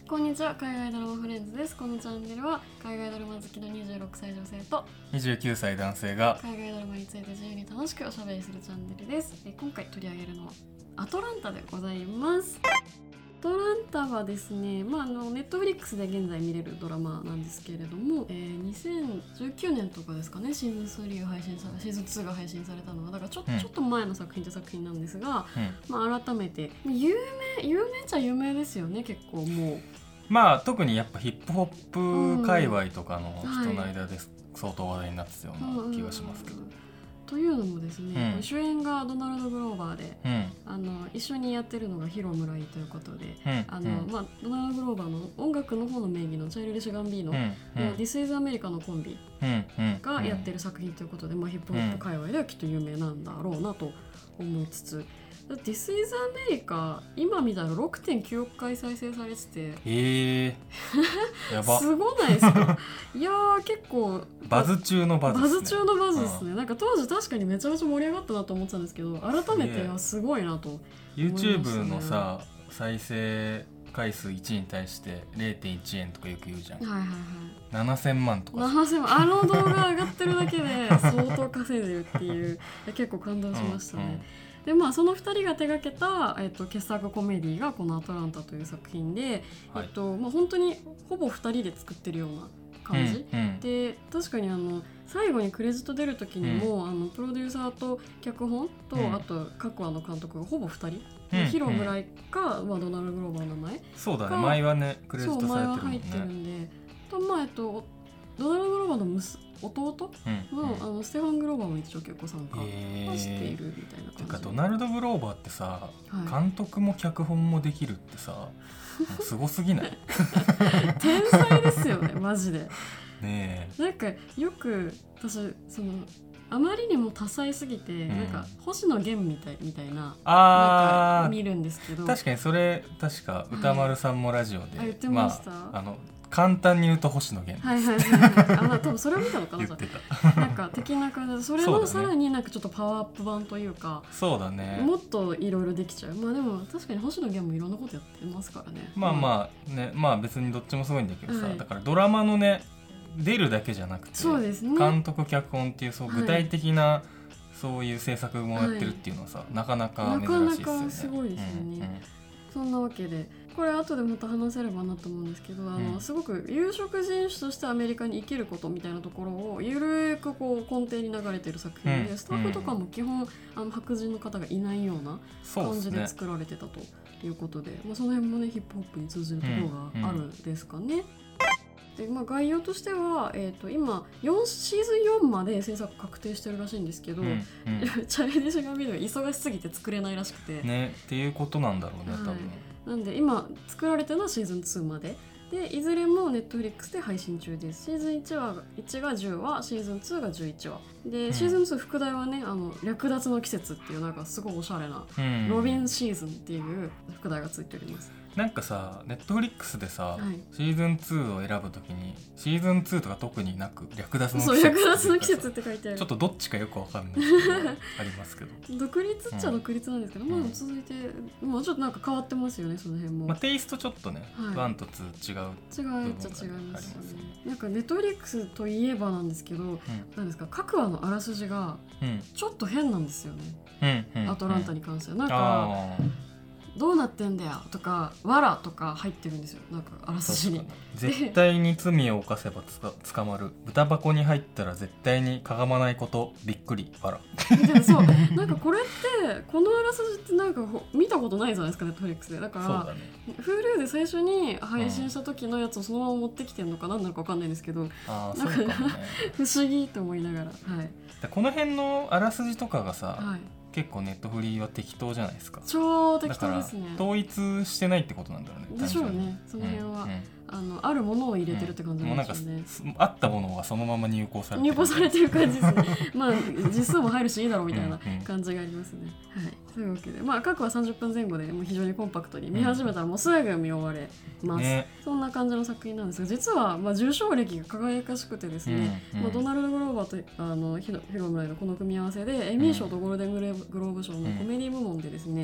こんにちは、海外ドラマフレンズです。このチャンネルは海外ドラマ好きの26歳女性と 29歳男性が海外ドラマについて自由に楽しくおしゃべりするチャンネルです。今回取り上げるのはアトランタでございます。アトランタはですね、ネットフリックスで現在見れるドラマなんですけれども、2019年とかですかね、シーズン3が配信され、シーズン2が配信されたのはだからちょっと前の作品なんですが、改めて有名っちゃ有名ですよね。結構もう特にやっぱヒップホップ界隈とかの人の間で相当話題になってたような気がしますけど、 というのもですね、主演がドナルド・グローバーで、一緒にやってるのがヒロ・ムライということで、ドナルド・グローバーの音楽の方の名義のチャイルディッシュ・ガンビーノの This is America のコンビがやってる作品ということで、ヒップホップ界隈ではきっと有名なんだろうなと思いつつ、This is America 今見たら 6.9 億回再生されてて、 やばすごないですか？いやー、結構バズ中のバズですね。 バズ中のバズですね。なんか当時確かにめちゃめちゃ盛り上がったなと思ってたんですけど、改めてすごいなと思いましたね。 YouTube のさ再生回数1に対して 0.1 円とかよく言うじゃん。7000万とか。 7000万、あの動画上がってるだけで相当稼いでるっていう結構感動しましたね。でその2人が手掛けた、傑作コメディがこのアトランタという作品で、本当にほぼ2人で作ってるような感じ、で確かに最後にクレジット出る時にも、プロデューサーと脚本と、あと各話の監督がほぼ2人、ヒロ・ムライか、ドナルド・グローバーの名前そうだね、前はねクレジットされてるもんね。 前は入ってるんで、ドナルド・グローバーの弟の、ステファン・グローバーも一応結構参加しているみたいな感じ。 てかドナルド・グローバーってさ、監督も脚本もできるってさすごすぎない？ 天才ですよねマジで。 ねえ、 なんかよく私あまりにも多彩すぎて、なんか星野源みたいな、なんか見るんですけど、 確かにそれ確か歌丸さんもラジオで、 言ってました。 簡単に言うと星野源です。 多分それを見たのかな。 言ってた。 なんか的な感じで、それのさらになんかちょっとパワーアップ版というか、 そうだね、 もっといろいろできちゃう。でも確かに星野源もいろんなことやってますからね。 別にどっちもすごいんだけどさ、だからドラマのね出るだけじゃなくて、 そうですね、 監督脚本っていう具体的な、そういう制作もやってるっていうのはさ、なかなか珍しいですよね。 なかなかすごいですよね。そんなわけでこれ後でまた話せればなと思うんですけど、すごく有色人種としてアメリカに生きることみたいなところをゆるく根底に流れている作品で、スタッフとかも基本白人の方がいないような感じで作られてたということで、その辺もねヒップホップに通じるところがあるんですかね。で概要としては、今シーズン4まで制作確定してるらしいんですけど、チャイルディッシュガンビーノが忙しすぎて作れないらしくてねっていうことなんだろうね、多分。 なんで今作られてるのはシーズン2までで、いずれもネットフリックスで配信中です。シーズン1が10話、シーズン2が11話で、シーズン2副題はね略奪の季節っていうなんかすごいおしゃれな、ロビンシーズンっていう副題がついております。 なんかさ、ネットフリックスでさ、シーズン2を選ぶときにシーズン2とか特になく略奪の季節、 そう略奪の季節って書いてある。 ちょっとどっちかよくわかんないありますけど独立っちゃ独立なんですけど、続いてちょっとなんか変わってますよね、その辺も。 テイストちょっとね、1と2違うっちゃ違いますよね。なんかネットフリックスといえばなんですけど、なんですか、各話のあらすじがちょっと変なんですよね、アトランタに関しては。なんかどうなってんだよとかわらとか入ってるんですよ、なんかあらすじに。 絶対に罪を犯せば捕まる、豚箱に入ったら絶対にかがまないこと、びっくりわらそうなんかこれってこのあらすじってなんか見たことないじゃないですか、ネットフリックスで。だから、Hulu で最初に配信した時のやつをそのまま持ってきてるのか何なのか分かんないんですけど、なんか不思議と思いながら、 この辺のあらすじとかがさ、結構ネットフリーは適当じゃないですか。 超適当ですね。 だから統一してないってことなんだろうね。 でしょうね、その辺は、あるものを入れてるって感じなんですよね。 もうなんかあったものがそのまま入稿されてる感じですね。実数も入るしいいだろうみたいな感じがありますね。というわけで、各話30分前後でもう非常にコンパクトに見始めたらもうすぐ見終われます、そんな感じの作品なんですが、実は受賞歴が輝かしくてですね、ドナルド・グローバーとヒロムライのこの組み合わせでエミー賞とゴールデングローブ賞のコメディ部門でですね、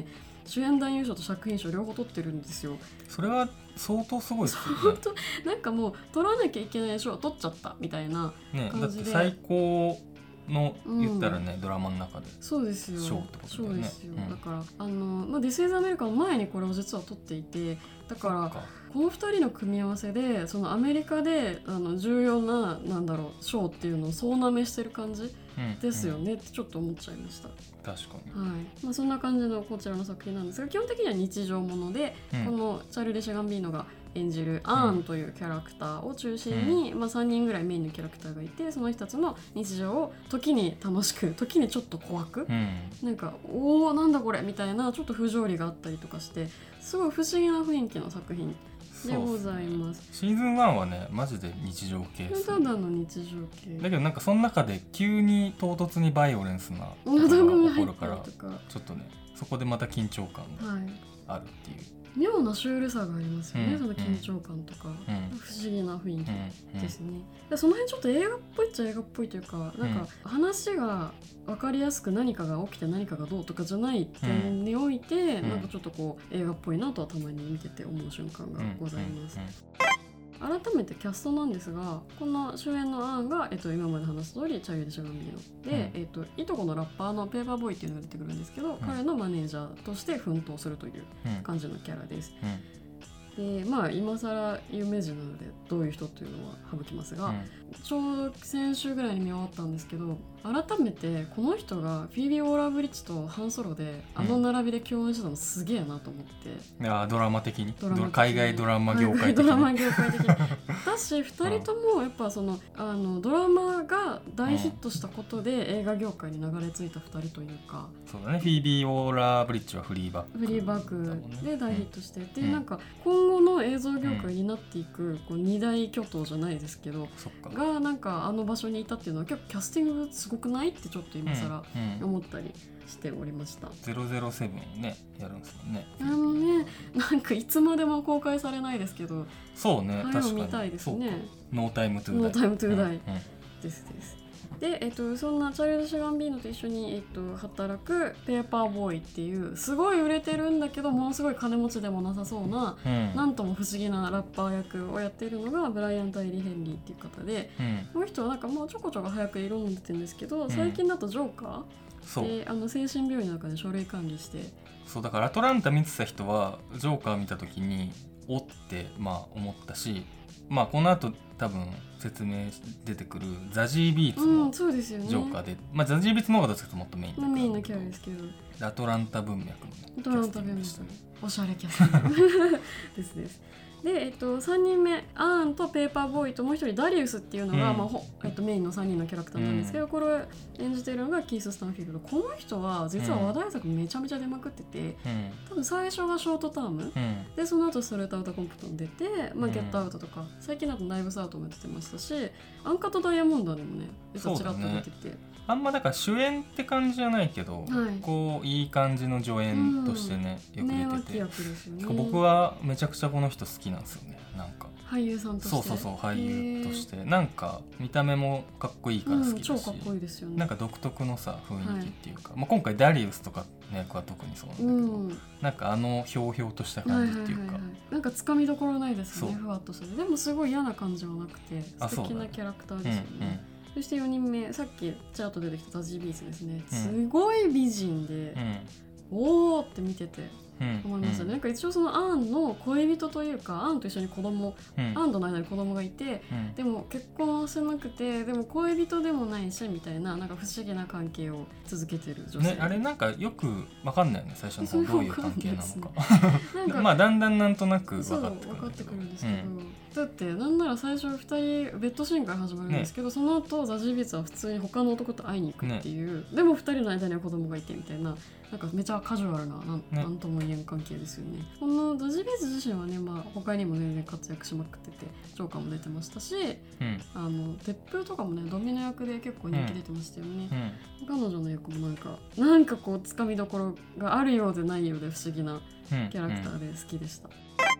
主演男優賞と作品賞両方取ってるんですよ。 それは相当すごいですよね。 なんかもう取らなきゃいけない賞を取っちゃったみたいな感じで、 だって最高の言ったらね、ドラマの中でそうですよ、 賞ってことだよね。 そうですよ、だからThis is Americaの前にこれを実は取っていて、だからこの2人の組み合わせでそのアメリカで重要な賞っていうのを総なめしてる感じですよねってちょっと思っちゃいました。 確かに、 そんな感じのこちらの作品なんですが、基本的には日常もので、このチャルディシュ・ガンビーノが演じるアーンというキャラクターを中心に、3人ぐらいメインのキャラクターがいて、その人たちの日常を時に楽しく時にちょっと怖く、なんかおーなんだこれみたいなちょっと不条理があったりとかして、すごい不思議な雰囲気の作品でございます。 シーズン1はねマジで日常系です、 ただの日常系だけどなんかその中で急に唐突にバイオレンスなことが起こるからちょっとねそこでまた緊張感があるっていう、 妙なシュールさがありますよね、その緊張感とか、不思議な雰囲気ですね、その辺ちょっと映画っぽいっちゃ映画っぽいというか、なんか話が分かりやすく何かが起きて何かがどうとかじゃない点において、なんかちょっとこう映画っぽいなとはたまに見てて思う瞬間がございます。改めてキャストなんですが、この主演のアーンが、今まで話した通りチャイルディシュ・ガンビーノで、いとこのラッパーのペーパーボーイっていうのが出てくるんですけど、彼のマネージャーとして奮闘するという感じのキャラです。で今更有名人なのでどういう人というのは省きますが、ちょうど先週ぐらいに見終わったんですけど、改めてこの人がフィービー・ウォーラー・ブリッジとハンソロで並びで共演してたのすげえなと思って、 ドラマ的に海外ドラマ業界的にドラマ業界的にだし2人ともやっぱそのドラマが大ヒットしたことで映画業界に流れ着いた2人というか、 そうだね、フィービー・ウォーラー・ブリッジはフリーバックで大ヒットして、でなんか今後の映像業界になっていくこう二大巨頭じゃないですけど、がなんか場所にいたっていうのは結構キャスティングすごくないってちょっと今更思ったりしておりました。 007ねやるんですもんね。 なんかいつまでも公開されないですけど、 そうね、確かに見たいですね。 ノータイムトゥーダイですです。で、そんなチャイルド・シュ・ガンビーノと一緒に、働くペーパーボーイっていうすごい売れてるんだけどものすごい金持ちでもなさそうな、なんとも不思議なラッパー役をやっているのがブライアン・タイリー・ヘンリーっていう方で、この人はなんかもうちょこちょこ早く色に出てるんですけど、最近だとジョーカーで精神病院の中で書類管理して、 そうだからアトランタ見てた人はジョーカー見た時におって思ったし、この後多分説明出てくるザジービーツのジョーカーで、ザジービーツの方がどっちかというともっとメインのキャラですけど、 アトランタ文脈のアトランタ文脈おしゃれキャスティングです。で、3人目アーンとペーパーボーイともう一人ダリウスっていうのが、メインの3人のキャラクターなんですけど、これを演じているのがキース・スタンフィールド。この人は実は話題作めちゃめちゃ出まくってて、多分最初がショートターム、でその後ストレートアウトコンプトン出て、ゲットアウトとか最近だとナイブスアウトも出てましたし、アンカとダイヤモンドにもねちらっと出てて、 あんまだから主演って感じじゃないけど、こういい感じの助演としてね、よく出てて、僕はめちゃくちゃこの人好きなんですよね。なんか俳優さんとして、 そう俳優としてなんか見た目もかっこいいから好きだし、 超かっこいいですよね。 なんか独特のさ雰囲気っていうか、今回ダリウスとかの役は特にそうなんだけど、なんかひょうひょうとした感じっていうか、 なんかつかみどころないですね、ふわっとして。でもすごい嫌な感じはなくて素敵なキャラクターですよね。そして4人目、さっきチャート出てきたザジービーツですね。すごい美人で、おーって見てて思いましたね。なんか一応そのアーンの恋人というか、アーンと一緒にアーンとの間に子供がいて、でも結婚はしてなくて、でも恋人でもないしみたいな、なんか不思議な関係を続けてる女性、 あれなんかよく分かんないよね、最初の方どういう関係なのかだんだんなんとなく分かってくるんですけど、だってなんなら最初2人ベッドシーンから始まるんですけど、その後ザジービーツは普通に他の男と会いに行くっていう、でも2人の間には子供がいてみたいな、なんかめちゃカジュアルななんとも言えん関係ですよね。このザジービーツ自身はね、他にも全然活躍しまくってて、ジョーカーも出てましたし、鉄風とかもねドミノ役で結構人気出てましたよね。彼女の役もなんかこうつかみどころがあるようでないようで不思議なキャラクターで好きでした。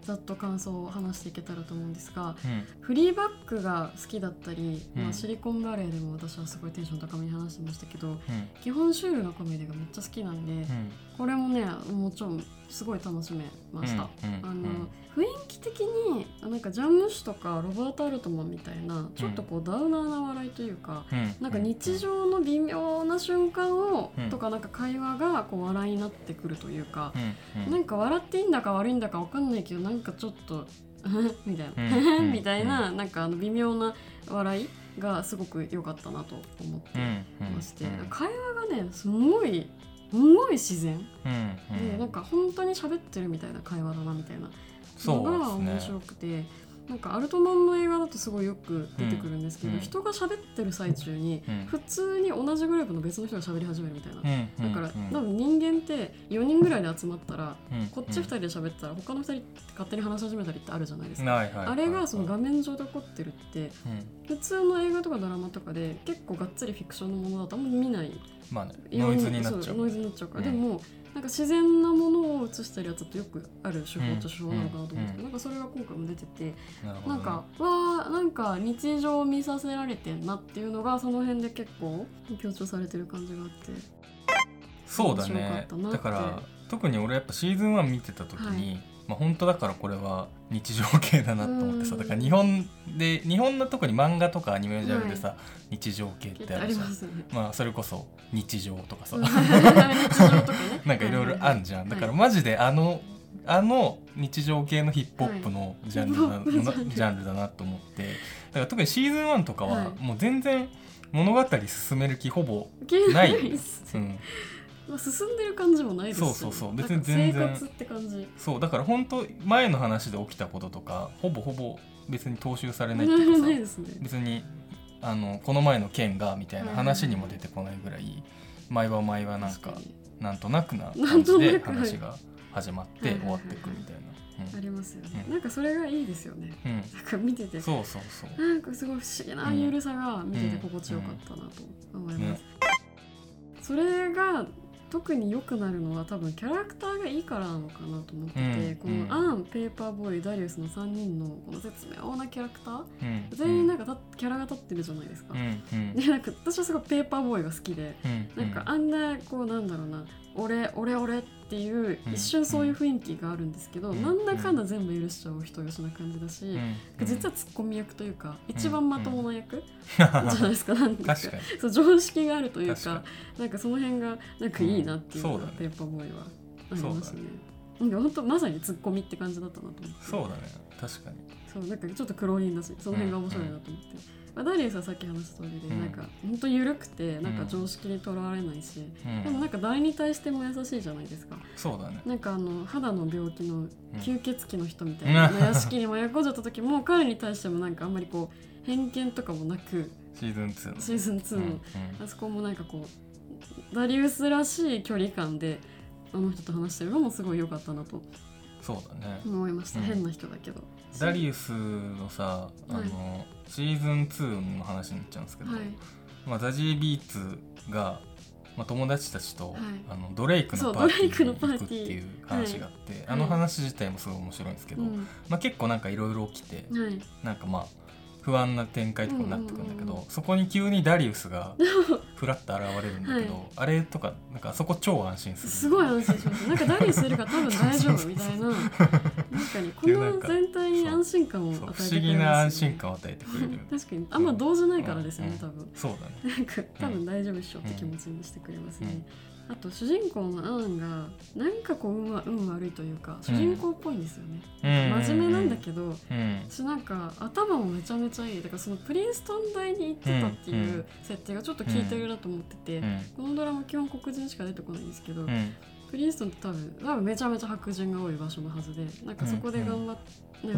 ざっと感想を話していけたらと思うんですが、 うんフリーバックが好きだったり、 うんシリコンバレーでも私はすごいテンション高めに話してましたけど、 うん基本シュールなコメディがめっちゃ好きなんで、 うんこれもねもちろんすごい楽しめました、雰囲気的になんかジャンムシとかロバート・アルトマンみたいなちょっとこうダウナーな笑いというか、なんか日常の微妙な瞬間を、とかなんか会話がこう笑いになってくるというか、なんか笑っていいんだか悪いんだか分かんないけどなんかちょっとみたいなみたいな、なんか微妙な笑いがすごく良かったなと思ってまして、会話がねすごい自然、でなんか本当に喋ってるみたいな会話だなみたいなのが面白くて、なんかアルトマンの映画だとすごいよく出てくるんですけど、人が喋ってる最中に普通に同じグループの別の人が喋り始めるみたいな、だから多分人間って4人ぐらいで集まったら、こっち2人で喋ったら他の2人って勝手に話し始めたりってあるじゃないですか、あれがその画面上で起こってるって、普通の映画とかドラマとかで結構がっつりフィクションのものだとあんまり見ない、 ノイズになっちゃう、 ノイズになっちゃうから、でもなんか自然なものを映してるやつってよくある手法と手法なのかなと思うんですけど、なんかそれが今回も出てて、なんかなんか日常を見させられてんなっていうのがその辺で結構強調されてる感じがあって、 そうだね。だから特に俺やっぱシーズン1見てた時に、本当だからこれは日常系だなと思ってさ、だから日本の特に漫画とかアニメジャンルでさ、日常系ってあるじゃん、それこそ日常とかさなんかいろいろあんじゃん、だからマジであの日常系のヒップホップのジャンルだなと思って、だから特にシーズン1とかはもう全然物語進める気ほぼない進んでる感じもないですし、 そう別に全然生活って感じ。 そうだから本当前の話で起きたこととかほぼ別に踏襲されないっていうかさ、 ないですね、 別にこの前の件がみたいな話にも出てこないぐらい、毎話なんかなんとなくな感じで話が始まって終わってくるみたいな、 ありますよね、なんかそれがいいですよね、なんか見ててそうなんかすごい不思議なゆるさが見てて心地よかったなと思います、それが特に良くなるのは多分キャラクターがいいからなのかなと思ってて、このアン、ペーパーボーイ、ダリウスの3人のこの絶妙なキャラクター、全員なんかキャラが立ってるじゃないですか、でなんか私はすごいペーパーボーイが好きで、なんかあんなこうなんだろうな、俺っていう一瞬そういう雰囲気があるんですけど、なんだかんだ全部許しちゃう人よしな感じだし、実はツッコミ役というか一番まともな役じゃないですか、なんかそう常識があるというか、なんかその辺がなんかいいなっていうのがペーパーボーイはありますね。なんか本当まさにツッコミって感じだったなと思って。 そうだね、確かに。 そうなんかちょっと苦労人だし、その辺が面白いなと思って。ダリウスはさっき話した通りで、なんか本当緩くてなんか常識にとらわれないし、でもなんか誰に対しても優しいじゃないですか。 そうだね。 なんか肌の病気の吸血鬼の人みたいな屋敷に迷い込んじゃった時も彼に対してもなんかあんまりこう偏見とかもなく、 シーズン2 のあそこもなんかこうダリウスらしい距離感であの人と話してるのもすごい良かったなと思いました。変な人だけど。 ダリウスのさ、シーズン2の話になっちゃうんですけど、ザジービーツが、友達たちと、ドレイクのパーティーに行くっていう話があって、あの話自体もすごい面白いんですけど、結構なんかいろいろ起きて、なんか不安な展開とかになってくるんだけど、そこに急にダリウスがフラッと現れるんだけど、あれとかなんかそこ超安心する。 すごい安心します。なんかダリウスいるから多分大丈夫みたいな、確かにこの全体に安心感を与えてくれる、 不思議な安心感を与えてくれる。 確かにあんま動じないからですよね、多分。 そうだね。 なんか多分大丈夫っしょって気持ちにしてくれますね。あと主人公のアンがなんかこう運悪いというか主人公っぽいんですよね、真面目なんだけど、なんか頭もめちゃめちゃいい。だからそのプリンストン大に行ってたっていう設定がちょっと効いてるなと思ってて、このドラマ基本黒人しか出てこないんですけど、プリンストンって多分めちゃめちゃ白人が多い場所のはずで、なんかそこで頑張って、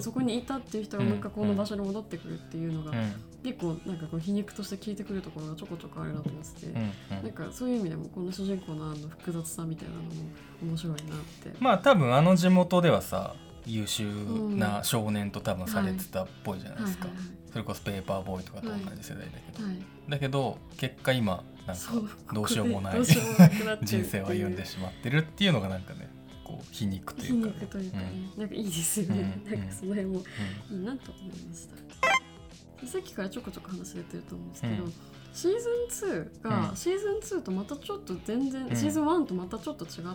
そこにいたっていう人がもう一回この場所に戻ってくるっていうのが、結構なんかこう皮肉として効いてくるところがちょこちょこあるなと思ってて、なんかそういう意味でもこの主人公の複雑さみたいなのも面白いなって。 多分地元ではさ優秀な少年と多分されてたっぽいじゃないですか。それこそペーパーボーイとかと同じ世代だけど、だけど結果今なんかどうしようもない人生を歩んでしまってるっていうのがなんかねこう皮肉とい皮うか、 肉というかね、なんかいいですよね、なんかその辺もいいなと思いました、さっきからちょこちょこ話出てると思うんですけど、シーズン2が、シーズン2とまたちょっと全然、シーズン1とまたちょっと違って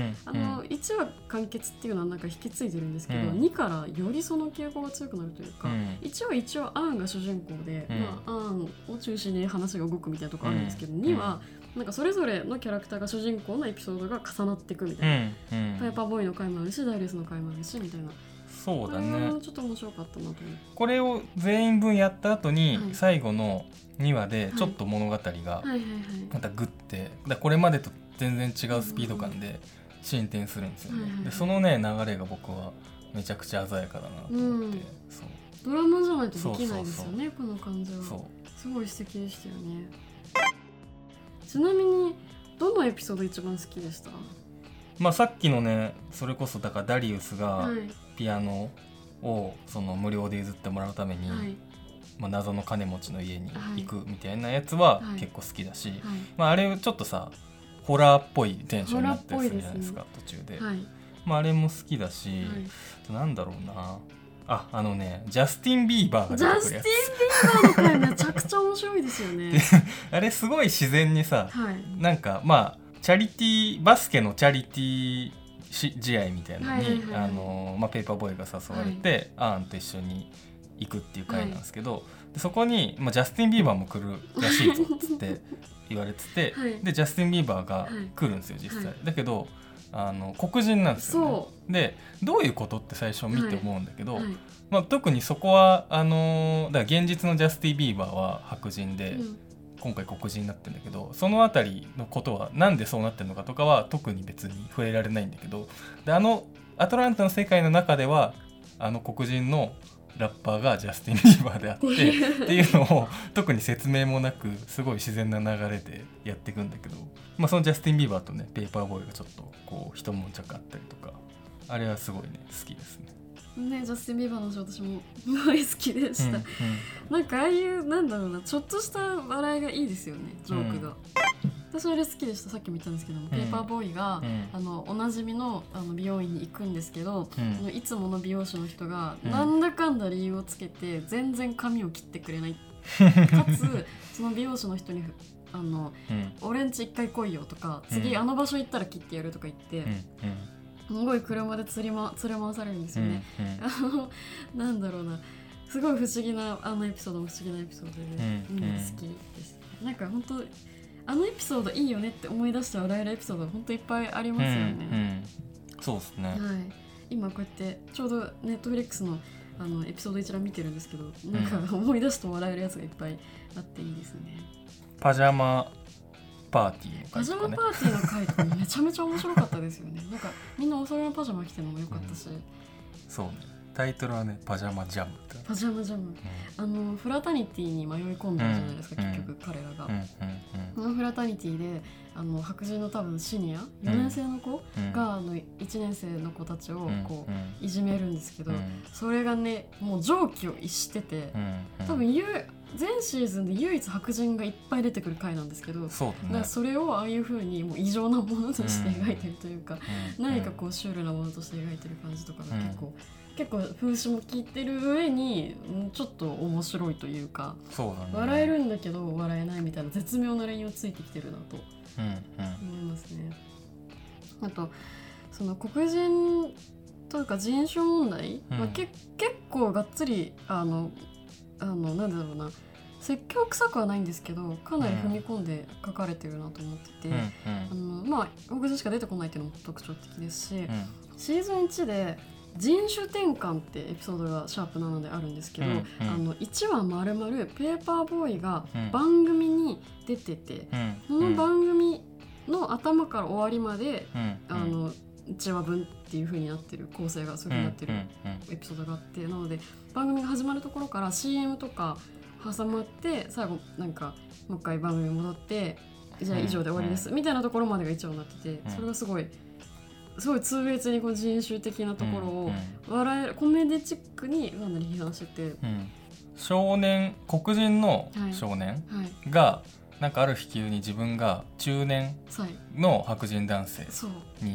、1話完結っていうのはなんか引き継いでるんですけど、2からよりその傾向が強くなるというか、1は一応アンが主人公で、アンを中心に話が動くみたいなところあるんですけど、2はなんかそれぞれのキャラクターが主人公のエピソードが重なっていくみたいな、ペーパーボーイの回もあるしダイレスの回もあるしみたいな。 そうだね、 ちょっと面白かったなと思って、 これを全員分やった後に、最後の2話でちょっと物語がまたグッて、これまでと全然違うスピード感で進展するんですよね、でそのね流れが僕はめちゃくちゃ鮮やかだなと思って、そうドラマじゃないとできないですよね、この感じは。すごい素敵でしたよね。ちなみにどのエピソード一番好きでした？ まあさっきのね、それこそだからダリウスがピアノをその無料で譲ってもらうために、まあ、謎の金持ちの家に行くみたいなやつは結構好きだし、まあ、あれちょっとさホラーっぽいテンションになったりするじゃないですか、途中で、まあ、あれも好きだし、なんだろうなあのねジャスティン・ビーバーが出てくるやつ、 ジャスティン・ビーバーの回めちゃくちゃ面白いですよねあれすごい自然にさ、なんかまあチャリティーバスケのチャリティー試合みたいなのにペーパーボーイが誘われて、アーンと一緒に行くっていう回なんですけど、でそこに、ジャスティン・ビーバーも来るらしいぞっつって言われてて、でジャスティン・ビーバーが来るんですよ実際、だけど黒人なんですよね。でどういうことって最初見て思うんだけど、特にそこはだから現実のジャスティン・ビーバーは白人で、今回黒人になってるんだけど、そのあたりのことはなんでそうなってるのかとかは特に別に触れられないんだけど、でアトランタの世界の中では黒人のラッパーがジャスティン・ビーバーであってっていうのを特に説明もなくすごい自然な流れでやっていくんだけど、そのジャスティン・ビーバーとねペーパーボーイがちょっとこう一悶着あったりとか、あれはすごいね好きですね。 ジャスティン・ビーバーの仕事私もすごい好きでした、なんかああいうなんだろうなちょっとした笑いがいいですよね、ジョークが、私あれ好きでした。さっきも言ったんですけども、ペーパーボーイが、おなじみの、美容院に行くんですけど、いつもの美容師の人が、なんだかんだ理由をつけて全然髪を切ってくれないかつその美容師の人に俺んち一回来いよとか、次あの場所行ったら切ってやるとか言って、すごい車で連れ回されるんですよね、なんだろうな、すごい不思議なエピソードも不思議なエピソードで、好きです。なんか本当あのエピソードいいよねって思い出して笑えるエピソード本当いっぱいありますよね、 そうですね、 今こうやってちょうどネットフリックスのエピソード一覧見てるんですけど、なんか思い出すと笑えるやつがいっぱいあっていいですね。 パジャマパーティーの回とかね、 パジャマパーティーの回とかめちゃめちゃ面白かったですよね。なんかみんなお揃いのパジャマ着てるのも良かったし、 そうね、タイトルはねパジャマジャムって、 パジャマジャム、フラタニティに迷い込んだじゃないですか、結局彼らが、このフラタニティで白人の多分シニア4年生の子が1年生の子たちをこういじめるんですけど、それがねもう常軌を逸してて、多分全シーズンで唯一白人がいっぱい出てくる回なんですけど、だからそれをああいう風にもう異常なものとして描いてるというか、何かこうシュールなものとして描いてる感じとかが結構風刺も効いてる上にちょっと面白いというか、笑えるんだけど笑えないみたいな絶妙なラインをついてきてるなと思いますね。あとその黒人というか人種問題、結構がっつりなんだろうな、説教臭くはないんですけどかなり踏み込んで書かれてるなと思ってて、黒人しか出てこないっていうのも特徴的ですし、シーズン1で人種転換ってエピソードがシャープ7であるんですけど、1話丸々ペーパーボーイが番組に出てて、その番組の頭から終わりまで、1話分っていう風になってる構成がそういう風になってるエピソードがあって、なので番組が始まるところから CM とか挟まって最後なんかもう一回番組に戻ってじゃあ以上で終わりですみたいなところまでが1話になってて、それがすごい痛烈にこう人種的なところを笑える、コメディチックにかなり批判してて、 黒人の少年がなんかある日急に自分が中年の白人男性に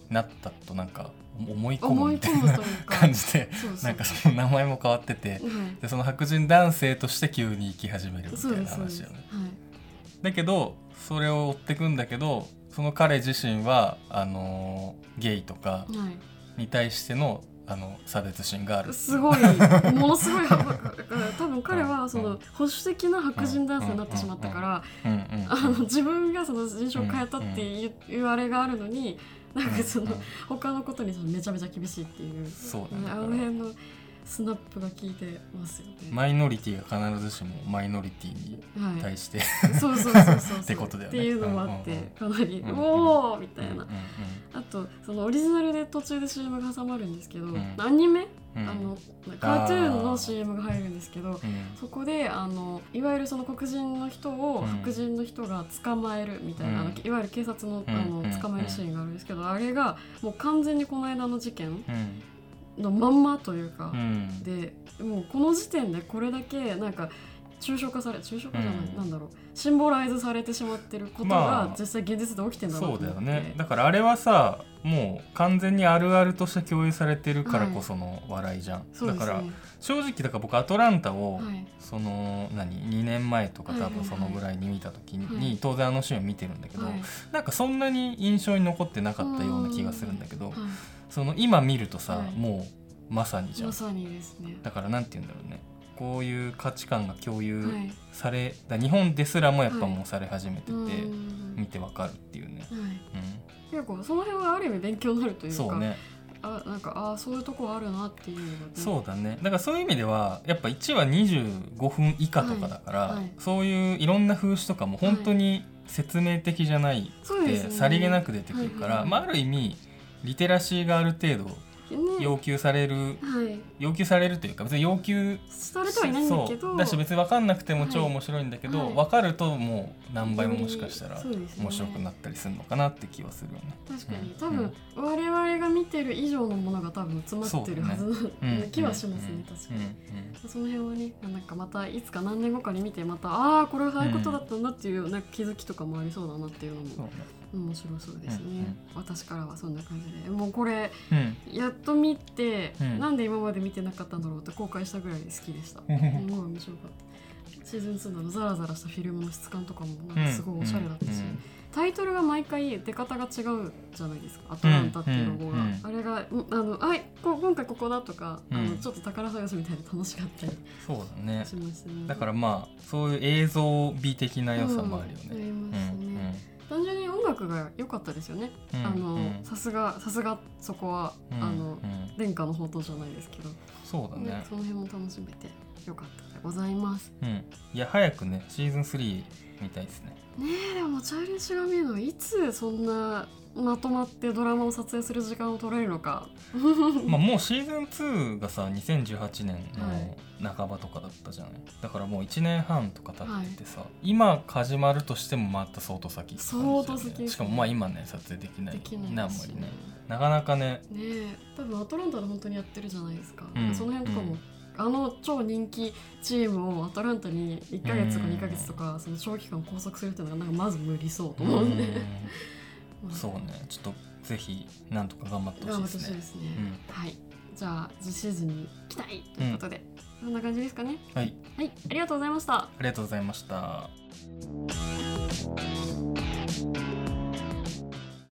なったとなんか思い込むみたいな感じでなんかその名前も変わってて、でその白人男性として急に生き始めるみたいな話よね。だけどそれを追ってくんだけど、その彼自身はゲイとかに対しての差別心がある。 すごいものすごい多分彼はその保守的な白人男性になってしまったから自分がその人種を変えたっていうあれがあるのに、なんかその他のことにめちゃめちゃ厳しいっていう、 そうね、 あの辺のスナップが効いてますよね。 マイノリティが必ずしもマイノリティに対して、 そうってことだよね。 っていうのもあって、かなりおーみたいな。あとそのオリジナルで途中で CM が挟まるんですけど、アニメ、カートゥーンの CM が入るんですけど、そこでいわゆるその黒人の人を白人の人が捕まえるみたいな、いわゆる警察の捕まえるシーンがあるんですけど、あれがもう完全にこの間の事件のまんまというか、でもうこの時点でこれだけなんか抽象化じゃない、なんだろう、シンボライズされてしまってることが実際現実で起きてんだなと思って、 そうだよね。だからあれはさ、もう完全にあるあるとして共有されてるからこその笑いじゃん、だから正直だから僕アトランタを、その2年前とか多分そのぐらいに見た時に、当然シーンを見てるんだけど、なんかそんなに印象に残ってなかったような気がするんだけど、その今見るとさ、もうまさにじゃん。 まさにですね。 だからなんて言うんだろうね、こういう価値観が共有され、日本ですらもやっぱもうされ始めてて、見てわかるっていうね、結構その辺はある意味勉強になるというか、 そうね、 なんかそういうとこあるなっていうのが、 そうだね。だからそういう意味ではやっぱ1話25分以下とかだから、そういういろんな風刺とかも本当に説明的じゃないくて、さりげなく出てくるから、ある意味リテラシーがある程度要求される、要求されるというか、別に要求されてはいないんだけど、 だし別に分かんなくても超面白いんだけど、分かるともう何倍ももしかしたら面白くなったりするのかなって気はするよね。 確かに多分我々が見てる以上のものが多分詰まってるはずな気はしますね。確かにその辺はね、なんかまたいつか何年後かに見て、またこれはそういうことだったんだっていうなんか気づきとかもありそうだなっていうのも面白そうですね。私からはそんな感じで、もうこれやっと見て、なんで今まで見てなかったんだろうって後悔したぐらい好きでした。もう面白かった。シーズン2のザラザラしたフィルムの質感とかもなんかすごいおしゃれだったし、タイトルが毎回出方が違うじゃないですか。アトランタっていうロゴが、あれが今回ここだとか、ちょっと宝探しみたいで楽しかったりしそうだね。 ますね。 だからまあそういう映像美的な良さもあるよね。 ありますね。単純に音楽が良かったですよね。さすがそこは殿下の宝刀じゃないですけど、 そうだね。 その辺も楽しめて良かったでございます。 いや早くねシーズン3見たいですね。 でもチャイルド・シガミーノいつそんなまとまってドラマを撮影する時間を取れるのかもうシーズン2がさ2018年の半ばとかだったじゃない、だからもう1年半とか経っててさ、今始まるとしてもまた相当先って感じだよね。しかも今ね撮影できないね、あんまりね、なかなかね。 多分アトランタで本当にやってるじゃないですか、その辺とかも超人気チームをアトランタに1ヶ月とか2ヶ月とかその長期間拘束するっていうのがなんかまず無理そうと思うんでそうね、ちょっとぜひなんとか頑張ってほしいですね。 はい、じゃあ次シーズンに期待ということで、そんな感じですかね。はい、ありがとうございました。 ありがとうございました。